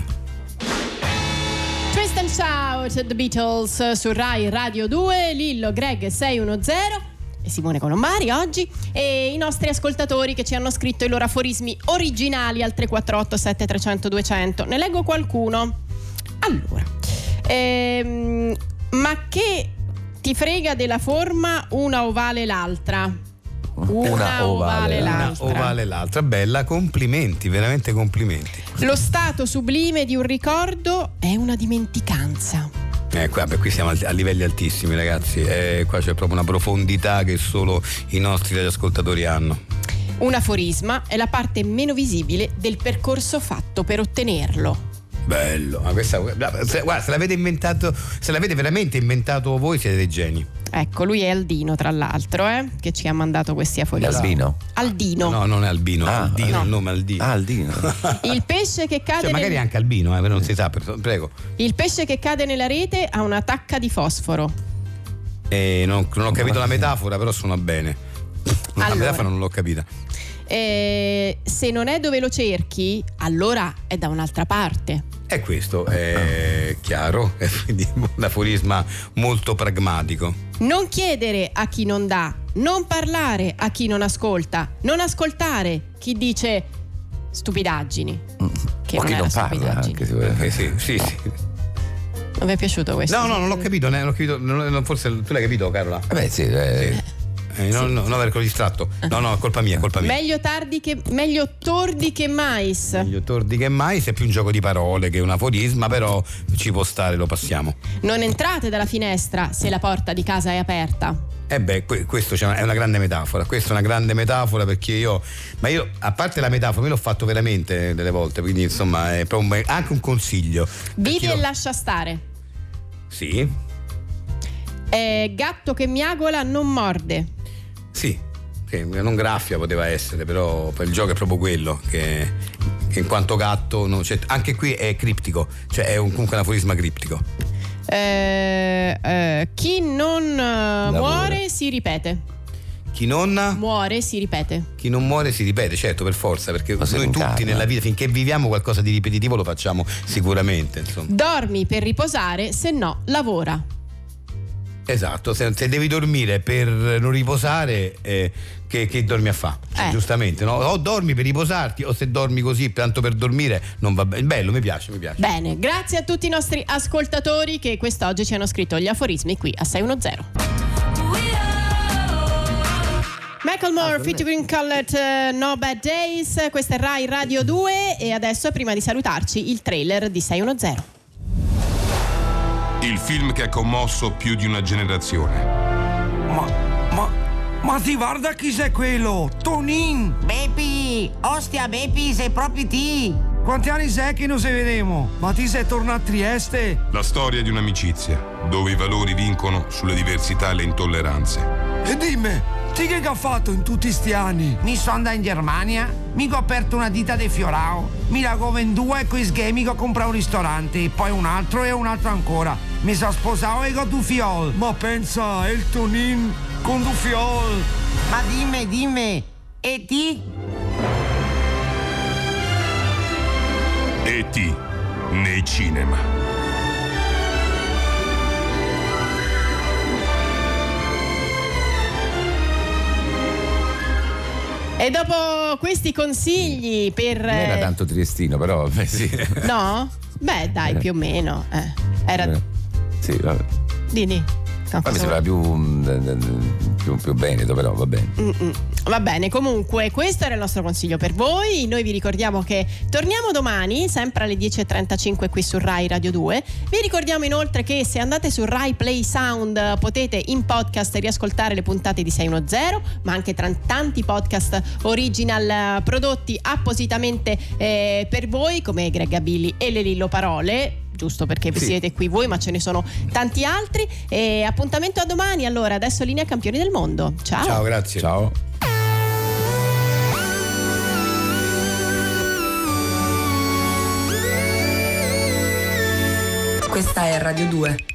Twist and Shout, The Beatles su Rai Radio due, Lillo, Greg sei uno zero e Simone Colombari oggi e i nostri ascoltatori che ci hanno scritto i loro aforismi originali al tre quattro otto sette tre zero zero due zero zero. Ne leggo qualcuno. Allora, ehm, ma che ti frega della forma una ovale l'altra? Una, Una ovale, ovale una Una l'altra. ovale l'altra, bella, complimenti, veramente complimenti. Lo stato sublime di un ricordo è una dimenticanza. Eh, qua, beh, qui siamo a livelli altissimi, ragazzi. Eh, qua c'è proprio una profondità che solo i nostri ascoltatori hanno. Un aforisma è la parte meno visibile del percorso fatto per ottenerlo. Bello, ma questa, guarda, se l'avete inventato, se l'avete veramente inventato voi, siete dei geni. Ecco, lui è Aldino, tra l'altro, eh, che ci ha mandato questi aforismi. Albino? Aldino. No, non è Albino, ah, Aldino, no. il nome Aldino. Ah, Aldino. Il pesce che cade cioè, magari nel... anche Albino, eh, però non si sa, prego. Il pesce che cade nella rete ha una tacca di fosforo. Eh, non, non ho capito la metafora, però suona bene. La Allora. metafora non l'ho capita. Eh, se non è dove lo cerchi, allora è da un'altra parte. E questo è chiaro, è quindi un aforisma molto pragmatico. Non chiedere a chi non dà, non parlare a chi non ascolta, non ascoltare chi dice stupidaggini. Che o non chi era non parla stupidaggini. anche, se vuole. Eh, sì, sì, sì. Non vi è piaciuto questo? No, no, non l'ho capito, ne, l'ho capito non, non, forse tu l'hai capito, Carola? Eh beh, sì, eh. sì. Eh, no, no, no, ero distratto. No, no, colpa mia, colpa mia. Meglio tardi che meglio tordi che mais. Meglio tordi che mais, è più un gioco di parole che un aforisma, però ci può stare, lo passiamo. Non entrate dalla finestra se la porta di casa è aperta. Eh beh, questo è una grande metafora, questa è una grande metafora perché io, ma io, a parte la metafora, me l'ho fatto veramente delle volte, quindi insomma è proprio un, anche un consiglio. Vivi e lo... lascia stare. Sì. Eh, gatto che miagola non morde. Sì, che non graffia poteva essere, però il gioco è proprio quello, che, che in quanto gatto, non, cioè, anche qui è criptico, cioè è un, comunque un aforisma criptico. Eh, eh, chi non uh, muore si ripete. Chi non muore si ripete. Chi non muore si ripete, certo, per forza, perché Ma noi tutti nella vita, finché viviamo, qualcosa di ripetitivo lo facciamo sicuramente, insomma. Dormi per riposare, se no lavora. Esatto, se, se devi dormire per non riposare, eh, che, che dormi a fa? Cioè, eh. Giustamente, no? O dormi per riposarti, o se dormi così tanto per dormire non va bene. Bello, mi piace, mi piace. Bene, grazie a tutti i nostri ascoltatori che quest'oggi ci hanno scritto gli aforismi qui a sei uno zero. Macklemore, featuring Collett, uh, No Bad Days. Questa è Rai Radio due e adesso, prima di salutarci, il trailer di sei uno zero. Il film che ha commosso più di una generazione. Ma, ma, ma ti guarda chi sei quello? Tonin! Bepi! Ostia, Bepi, sei proprio ti! Quanti anni sei che non se vediamo? Ma ti sei tornato a Trieste? La storia di un'amicizia, dove i valori vincono sulle diversità e le intolleranze. E dimmi, ti che ha fatto in tutti sti anni? Mi sono andato in Germania, mi ho aperto una ditta di Fiorao, mi la go in due e con i mi ho comprato un ristorante, poi un altro e un altro ancora. Mi sono sposato e ho due fiol. Ma pensa, è il Tonin con due fiol. Ma dimmi, dimmi, e ti? E ti nei cinema. E dopo questi consigli per... Non era tanto triestino, però beh, sì. No? Beh, dai, più o meno. Eh. Era... Eh, sì, vabbè. Dini. No, ma mi sembra più, più, più veneto, però va bene. Mm-mm. Va bene, comunque questo era il nostro consiglio per voi. Noi vi ricordiamo che torniamo domani sempre alle dieci e trentacinque qui su Rai Radio due. Vi ricordiamo inoltre che se andate su Rai Play Sound potete in podcast riascoltare le puntate di sei uno zero, ma anche tra tanti podcast original prodotti appositamente eh, per voi, come Greg Abilli e le Lillo Parole, giusto perché sì. siete qui voi, ma ce ne sono tanti altri. E appuntamento a domani. Allora, adesso linea Campioni del Mondo. Ciao. Ciao, grazie. Ciao. Questa è Radio due.